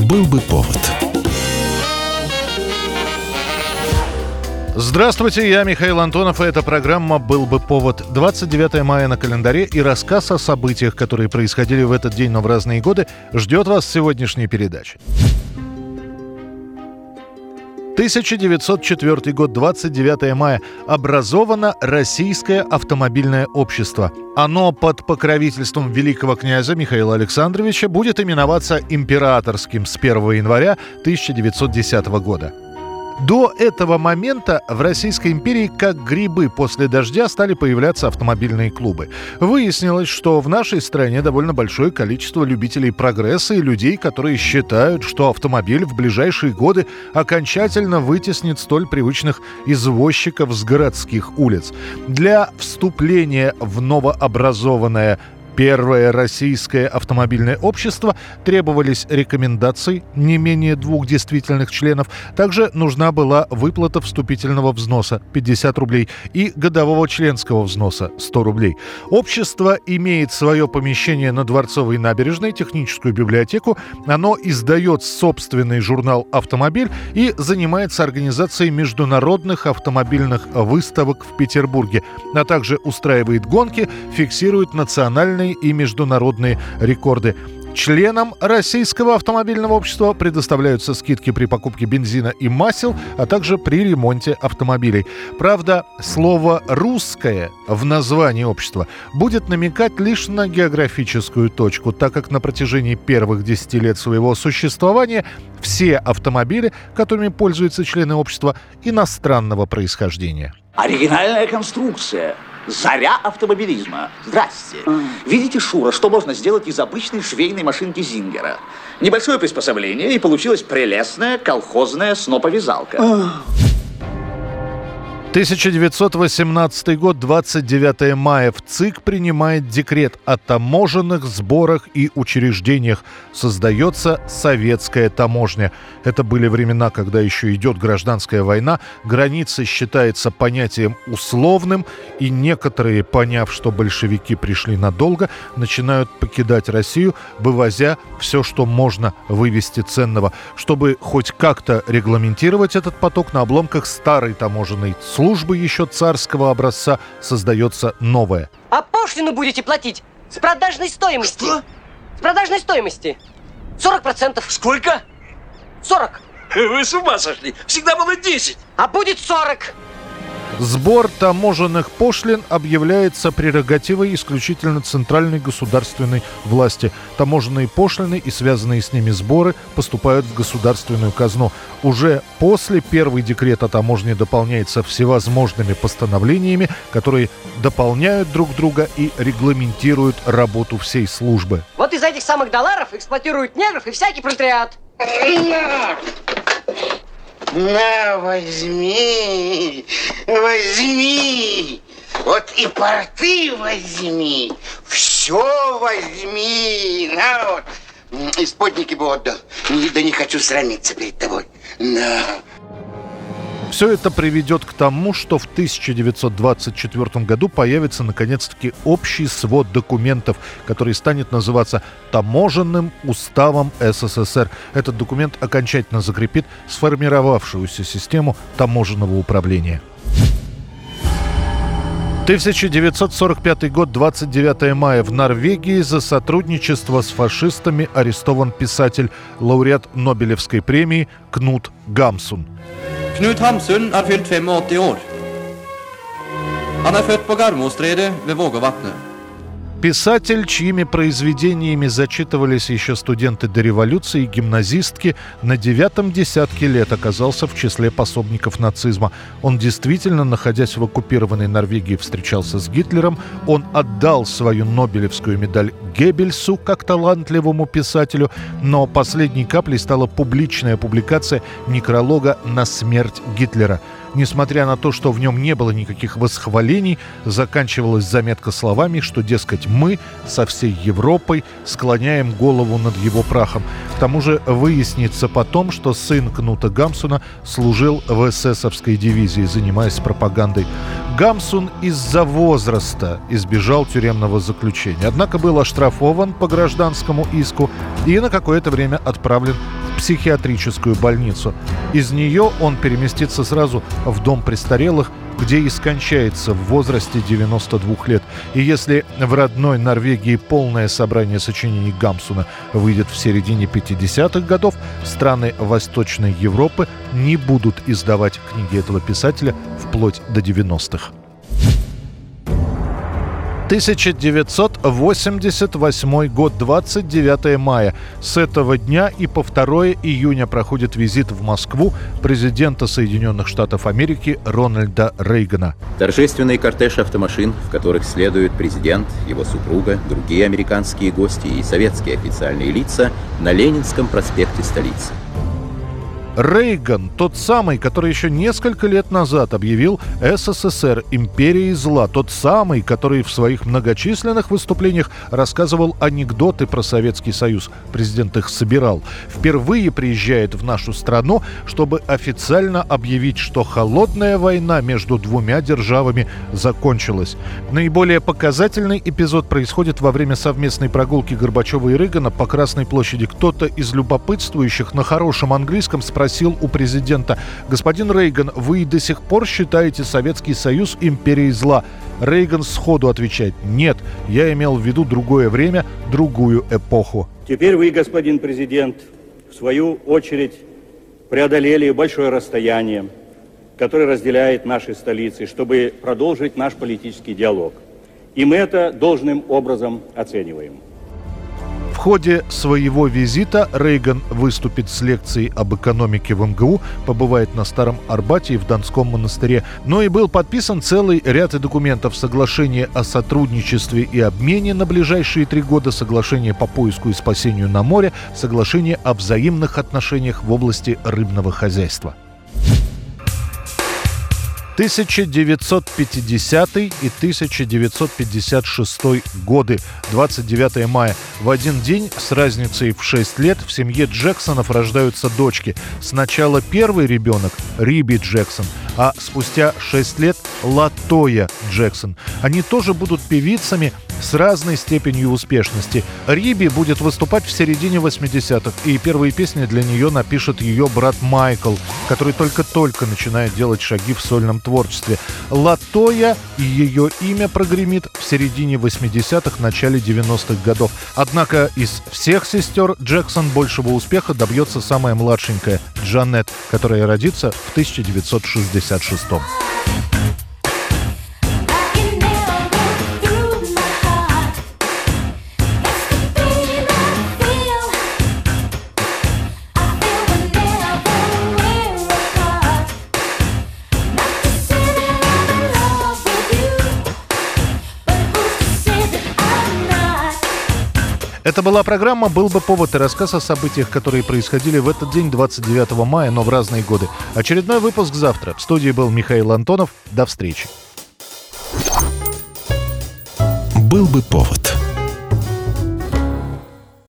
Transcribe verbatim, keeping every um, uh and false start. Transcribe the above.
Был бы повод. Здравствуйте, я Михаил Антонов, и эта программа «Был бы повод». двадцать девятое мая на календаре, и рассказ о событиях, которые происходили в этот день, но в разные годы, ждет вас в сегодняшней передаче. тысяча девятьсот четвёртый год, двадцать девятое мая. Образовано Российское автомобильное общество. Оно под покровительством великого князя Михаила Александровича будет именоваться императорским с первого января тысяча девятьсот десятого года. До этого момента в Российской империи, как грибы после дождя, стали появляться автомобильные клубы. Выяснилось, что в нашей стране довольно большое количество любителей прогресса и людей, которые считают, что автомобиль в ближайшие годы окончательно вытеснит столь привычных извозчиков с городских улиц. Для вступления в новообразованное Первое российское автомобильное общество требовались рекомендации не менее двух действительных членов. Также нужна была выплата вступительного взноса пятьдесят рублей и годового членского взноса сто рублей. Общество имеет свое помещение на Дворцовой набережной, техническую библиотеку. Оно издает собственный журнал «Автомобиль» и занимается организацией международных автомобильных выставок в Петербурге, а также устраивает гонки, фиксирует национальные и международные рекорды. Членам Российского автомобильного общества предоставляются скидки при покупке бензина и масел, а также при ремонте автомобилей. Правда, слово «русское» в названии общества будет намекать лишь на географическую точку, так как на протяжении первых десяти лет своего существования все автомобили, которыми пользуются члены общества, иностранного происхождения. Оригинальная конструкция. Заря автомобилизма. Здрасте. Mm. Видите, Шура, что можно сделать из обычной швейной машинки Зингера? Небольшое приспособление, и получилась прелестная колхозная сноповязалка. Mm. тысяча девятьсот восемнадцатый год, двадцать девятое мая. В ЦИК принимает декрет о таможенных сборах и учреждениях. Создается советская таможня. Это были времена, когда еще идет гражданская война. Граница считается понятием условным, и некоторые, поняв, что большевики пришли надолго, начинают покидать Россию, вывозя все, что можно вывести ценного. Чтобы хоть как-то регламентировать этот поток, на обломках старой таможенной службы еще царского образца создается новая. А пошлину будете платить с продажной стоимости. Что? С продажной стоимости. сорок процентов. Сколько? сорок. Вы с ума сошли. Всегда было десять. А будет сорок. Сбор таможенных пошлин объявляется прерогативой исключительно центральной государственной власти. Таможенные пошлины и связанные с ними сборы поступают в государственную казну. Уже после первый декрет о таможне дополняется всевозможными постановлениями, которые дополняют друг друга и регламентируют работу всей службы. Вот из этих самых долларов эксплуатируют негров и всякий пролетариат. На, возьми, возьми, вот и порты возьми, все возьми, на вот, исподники бы отдал, да не хочу срамиться перед тобой, на. Все это приведет к тому, что в тысяча девятьсот двадцать четвёртом году появится наконец-таки общий свод документов, который станет называться Таможенным уставом СССР. Этот документ окончательно закрепит сформировавшуюся систему таможенного управления. тысяча девятьсот сорок пятый год, двадцать девятое мая. В Норвегии за сотрудничество с фашистами арестован писатель, лауреат Нобелевской премии Кнут Гамсун. Knut Hamsun har fyllt åttiofem år. Han är född på Garmosträde vid Vågavattnet. Писатель, чьими произведениями зачитывались еще студенты до революции и гимназистки, на девятом десятке лет оказался в числе пособников нацизма. Он действительно, находясь в оккупированной Норвегии, встречался с Гитлером. Он отдал свою Нобелевскую медаль Геббельсу как талантливому писателю, но последней каплей стала публичная публикация некролога на смерть Гитлера. Несмотря на то, что в нем не было никаких восхвалений, заканчивалась заметка словами, что, дескать, мы со всей Европой склоняем голову над его прахом. К тому же выяснится потом, что сын Кнута Гамсуна служил в эсэсовской дивизии, занимаясь пропагандой. Гамсун из-за возраста избежал тюремного заключения, однако был оштрафован по гражданскому иску и на какое-то время отправлен в психиатрическую больницу. Из нее он переместится сразу в дом престарелых, где и скончается в возрасте девяноста двух лет. И если в родной Норвегии полное собрание сочинений Гамсуна выйдет в середине пятидесятых годов, страны Восточной Европы не будут издавать книги этого писателя вплоть до девяностых. тысяча девятьсот восемьдесят восьмой год, двадцать девятое мая. С этого дня и по второе июня проходит визит в Москву президента Соединенных Штатов Америки Рональда Рейгана. Торжественный кортеж автомашин, в которых следует президент, его супруга, другие американские гости и советские официальные лица на Ленинском проспекте столицы. Рейган, тот самый, который еще несколько лет назад объявил СССР империей зла, тот самый, который в своих многочисленных выступлениях рассказывал анекдоты про Советский Союз, президент их собирал, впервые приезжает в нашу страну, чтобы официально объявить, что холодная война между двумя державами закончилась. Наиболее показательный эпизод происходит во время совместной прогулки Горбачева и Рейгана по Красной площади. Кто-то из любопытствующих на хорошем английском спросил Спросил у президента: «Господин Рейган, вы до сих пор считаете Советский Союз империей зла?» Рейган сходу отвечает: «Нет, я имел в виду другое время, другую эпоху». Теперь вы, господин президент, в свою очередь преодолели большое расстояние, которое разделяет наши столицы, чтобы продолжить наш политический диалог. И мы это должным образом оцениваем. В ходе своего визита Рейган выступит с лекцией об экономике в эм гэ у, побывает на Старом Арбате и в Донском монастыре. Но и был подписан целый ряд документов: соглашение о сотрудничестве и обмене на ближайшие три года, соглашение по поиску и спасению на море, соглашение о взаимных отношениях в области рыбного хозяйства. тысяча девятьсот пятидесятый и тысяча девятьсот пятьдесят шестой годы, двадцать девятое мая. В один день с разницей в шесть лет в семье Джексонов рождаются дочки. Сначала первый ребенок – Риби Джексон, а спустя шесть лет – Латоя Джексон. Они тоже будут певицами с разной степенью успешности. Риби будет выступать в середине восьмидесятых, и первые песни для нее напишет ее брат Майкл, который только-только начинает делать шаги в сольном творчестве. Латоя и ее имя прогремит в середине восьмидесятых, начале девяностых годов. Однако из всех сестер Джексон большего успеха добьется самая младшенькая Джанет, которая родится в тысяча девятьсот шестьдесят шестом. Это была программа «Был бы повод» и рассказ о событиях, которые происходили в этот день, двадцать девятого мая, но в разные годы. Очередной выпуск завтра. В студии был Михаил Антонов. До встречи. «Был бы повод».